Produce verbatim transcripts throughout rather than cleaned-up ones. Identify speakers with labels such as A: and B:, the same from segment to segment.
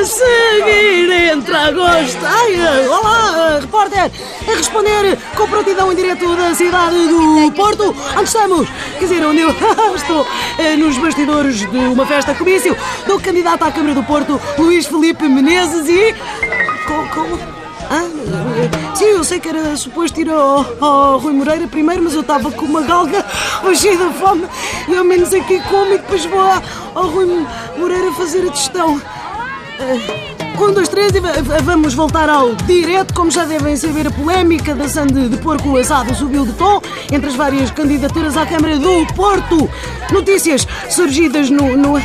A: a seguir entre agosto. Ai, olá, repórter, a responder com prontidão em direto da cidade do Porto. Onde estamos? Quer dizer, onde eu estou nos bastidores de uma festa comício do candidato à Câmara do Porto, Luís Filipe Menezes e... Como? como? Ah, sim, eu sei que era suposto ir ao, ao Rui Moreira primeiro, mas eu estava com uma galga cheia de fome e ao menos aqui como e depois vou ao Rui Moreira fazer a digestão. Um, dois, três e vamos voltar ao direto. Como já devem saber, a polémica da sande de porco assado subiu de tom entre as várias candidaturas à Câmara do Porto. Notícias surgidas no... no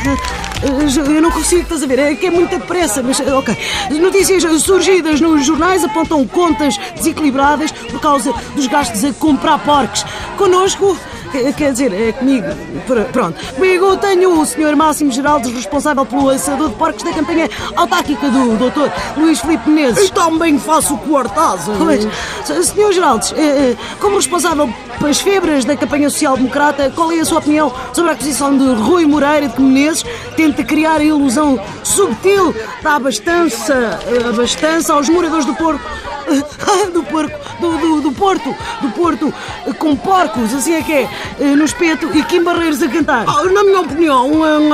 A: eu não consigo, estás a ver, é que é muita depressa, mas ok. Notícias surgidas nos jornais apontam contas desequilibradas por causa dos gastos a comprar porcos. Connosco, quer dizer, é comigo, pronto. Comigo tenho o senhor Máximo Geraldes, responsável pelo assador de porcos da campanha autárquica do doutor Luís Filipe Menezes.
B: E também faço o quartazo.
A: Pois, senhor Geraldes, como responsável pelas febras da campanha social-democrata, qual é a sua opinião sobre a aquisição de Rui Moreira de Menezes? Tenta criar a ilusão subtil da abastança, abastança aos moradores do Porto. Do porco, do, do, do Porto, do Porto, com porcos, assim é que é, no espeto e Kim Barreiros a cantar.
B: Ah, na minha opinião,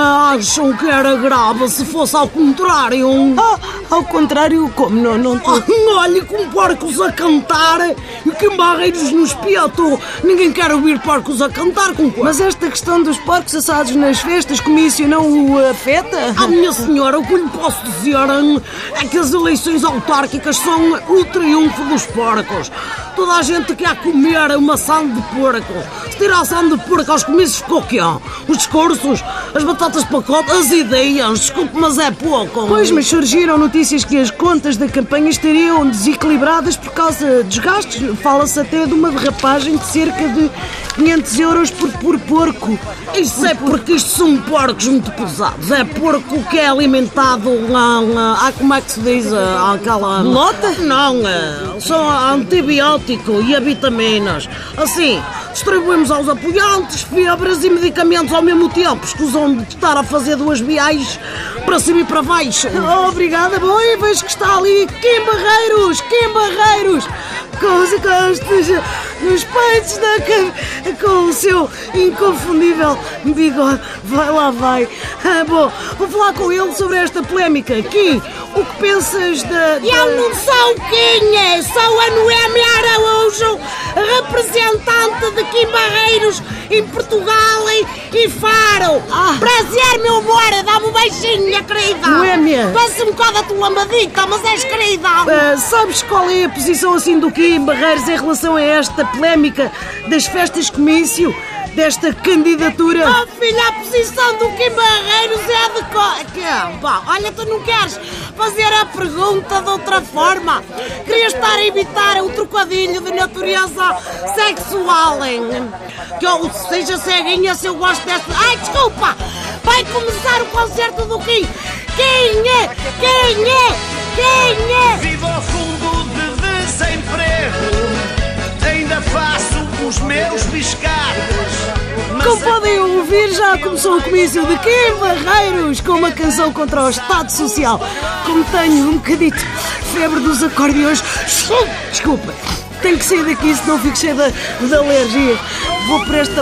B: acham que era grave se fosse ao contrário.
A: Ah, ao contrário, como? Não, não tô...
B: ah, olha, com porcos a cantar e Kim Barreiros no espeto. Ninguém quer ouvir porcos a cantar com porcos.
A: Mas esta questão dos porcos assados nas festas, comício, não o afeta?
B: Ah, minha senhora, o que lhe posso dizer é que as eleições autárquicas são o triunfo dos porcos. Toda a gente quer comer uma sande de porco. Se tirar a sande de porco aos comícios, ficou o quê? Os discursos, as batatas de pacote, as ideias. Desculpe, mas é pouco.
A: Pois, mas surgiram notícias que as contas da campanha estariam desequilibradas por causa dos gastos. Fala-se até de uma derrapagem de cerca de quinhentos euros por, por porco.
B: Isso é porque isto são porcos muito pesados. É porco que é alimentado a, a, como é que se diz? A, aquela...
A: Lota?
B: Não, são antibióticos e a vitaminas. Assim, distribuímos aos apoiantes, febras e medicamentos ao mesmo tempo. Escusam de estar a fazer duas viagens para cima e para baixo.
A: Obrigada, bom, e vejo que está ali Kim Barreiros, Kim Barreiros, com os encostos nos peitos da cama, com o seu inconfundível bigode. Vai lá, vai. Ah, bom, vou falar com ele sobre esta polémica. Kim, o que pensas da... da...
C: Eu não sou quem é, sou a Noemi Araújo, representante de Kim Barreiros em Portugal e, e Faro.
A: Ah.
C: Prazer, meu amor, dá-me um beijinho, minha querida.
A: Noémia.
C: Passa um bocado a tua lambadita, mas és querida.
A: Uh, sabes qual é a posição assim do Kim Barreiros em relação a esta polémica das festas comício? Desta candidatura?
C: Oh, filha, a posição do Kim Barreiros é de... Co... Que? Bom, olha, tu não queres fazer a pergunta de outra forma. Querias estar a evitar o trocadilho de natureza sexual, hein? Que eu seja ceguinha se eu gosto dessa... Ai, desculpa! Vai começar o concerto do Kim. Quem é? Quem é? Quem é?
D: Vivo ao fundo de desemprego, ainda faço os meus biscates.
A: Como podem ouvir, já começou o comício de Kim Barreiros com uma canção contra o Estado Social. Como tenho um bocadito de febre dos acordeões, desculpa, tenho que sair daqui, senão fico cheio de, de alergias. Vou para esta...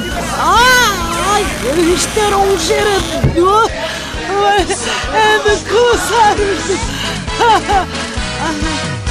A: Ah, ai, isto era um gerador. É de coçar.